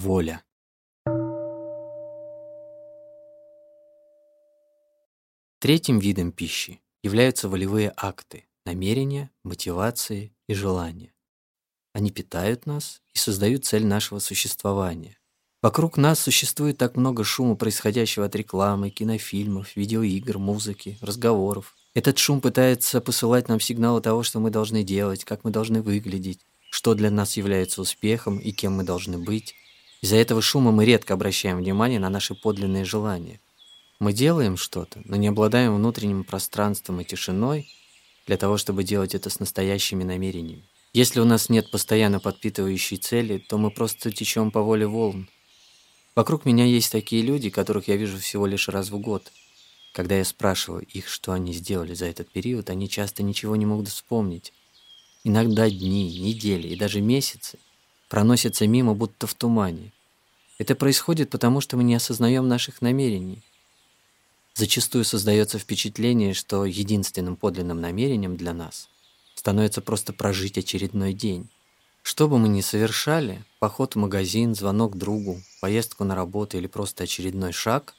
воля. Третьим видом пищи являются волевые акты, намерения, мотивации и желания. Они питают нас и создают цель нашего существования. Вокруг нас существует так много шума, происходящего от рекламы, кинофильмов, видеоигр, музыки, разговоров. Этот шум пытается посылать нам сигналы того, что мы должны делать, как мы должны выглядеть, что для нас является успехом и кем мы должны быть. Из-за этого шума мы редко обращаем внимание на наши подлинные желания. Мы делаем что-то, но не обладаем внутренним пространством и тишиной для того, чтобы делать это с настоящими намерениями. Если у нас нет постоянно подпитывающей цели, то мы просто течем по воле волн. Вокруг меня есть такие люди, которых я вижу всего лишь раз в год. Когда я спрашиваю их, что они сделали за этот период, они часто ничего не могут вспомнить. Иногда дни, недели и даже месяцы проносятся мимо, будто в тумане. Это происходит потому, что мы не осознаем наших намерений. Зачастую создается впечатление, что единственным подлинным намерением для нас становится просто прожить очередной день. Что бы мы ни совершали, поход в магазин, звонок другу, поездку на работу или просто очередной шаг,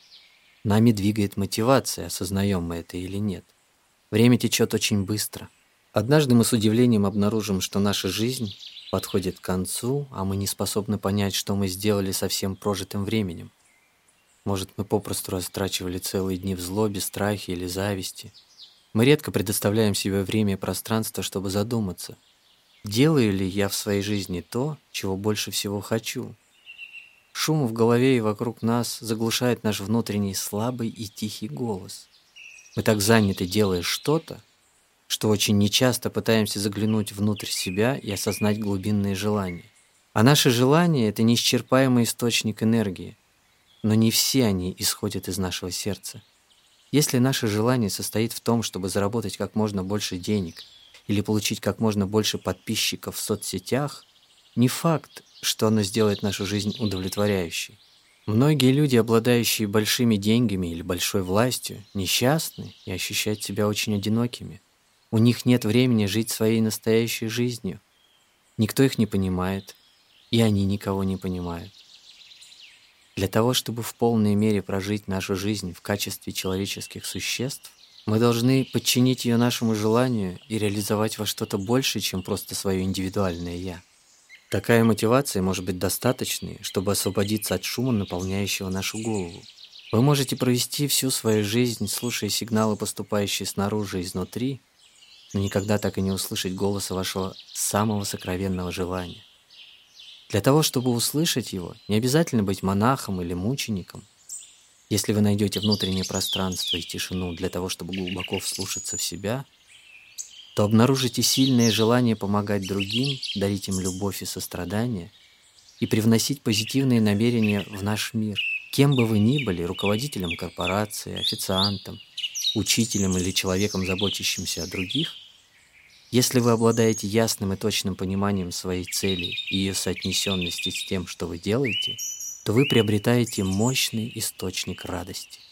нами двигает мотивация, осознаем мы это или нет. Время течет очень быстро. Однажды мы с удивлением обнаружим, что наша жизнь подходит к концу, а мы не способны понять, что мы сделали со всем прожитым временем. Может, мы попросту растрачивали целые дни в злобе, страхе или зависти. Мы редко предоставляем себе время и пространство, чтобы задуматься, делаю ли я в своей жизни то, чего больше всего хочу. Шум в голове и вокруг нас заглушает наш внутренний слабый и тихий голос. Мы так заняты, делая что-то, что очень нечасто пытаемся заглянуть внутрь себя и осознать глубинные желания. А наши желания – это неисчерпаемый источник энергии. Но не все они исходят из нашего сердца. Если наше желание состоит в том, чтобы заработать как можно больше денег или получить как можно больше подписчиков в соцсетях, не факт, что оно сделает нашу жизнь удовлетворяющей. Многие люди, обладающие большими деньгами или большой властью, несчастны и ощущают себя очень одинокими. У них нет времени жить своей настоящей жизнью. Никто их не понимает, и они никого не понимают. Для того, чтобы в полной мере прожить нашу жизнь в качестве человеческих существ, мы должны подчинить ее нашему желанию и реализовать во что-то большее, чем просто свое индивидуальное «я». Такая мотивация может быть достаточной, чтобы освободиться от шума, наполняющего нашу голову. Вы можете провести всю свою жизнь, слушая сигналы, поступающие снаружи и изнутри, но никогда так и не услышать голоса вашего самого сокровенного желания. Для того, чтобы услышать его, не обязательно быть монахом или мучеником. Если вы найдете внутреннее пространство и тишину для того, чтобы глубоко вслушаться в себя, то обнаружите сильное желание помогать другим, дарить им любовь и сострадание и привносить позитивные намерения в наш мир. Кем бы вы ни были, руководителем корпорации, официантом, учителем или человеком, заботящимся о других, если вы обладаете ясным и точным пониманием своей цели и ее соотнесенности с тем, что вы делаете, то вы приобретаете мощный источник радости.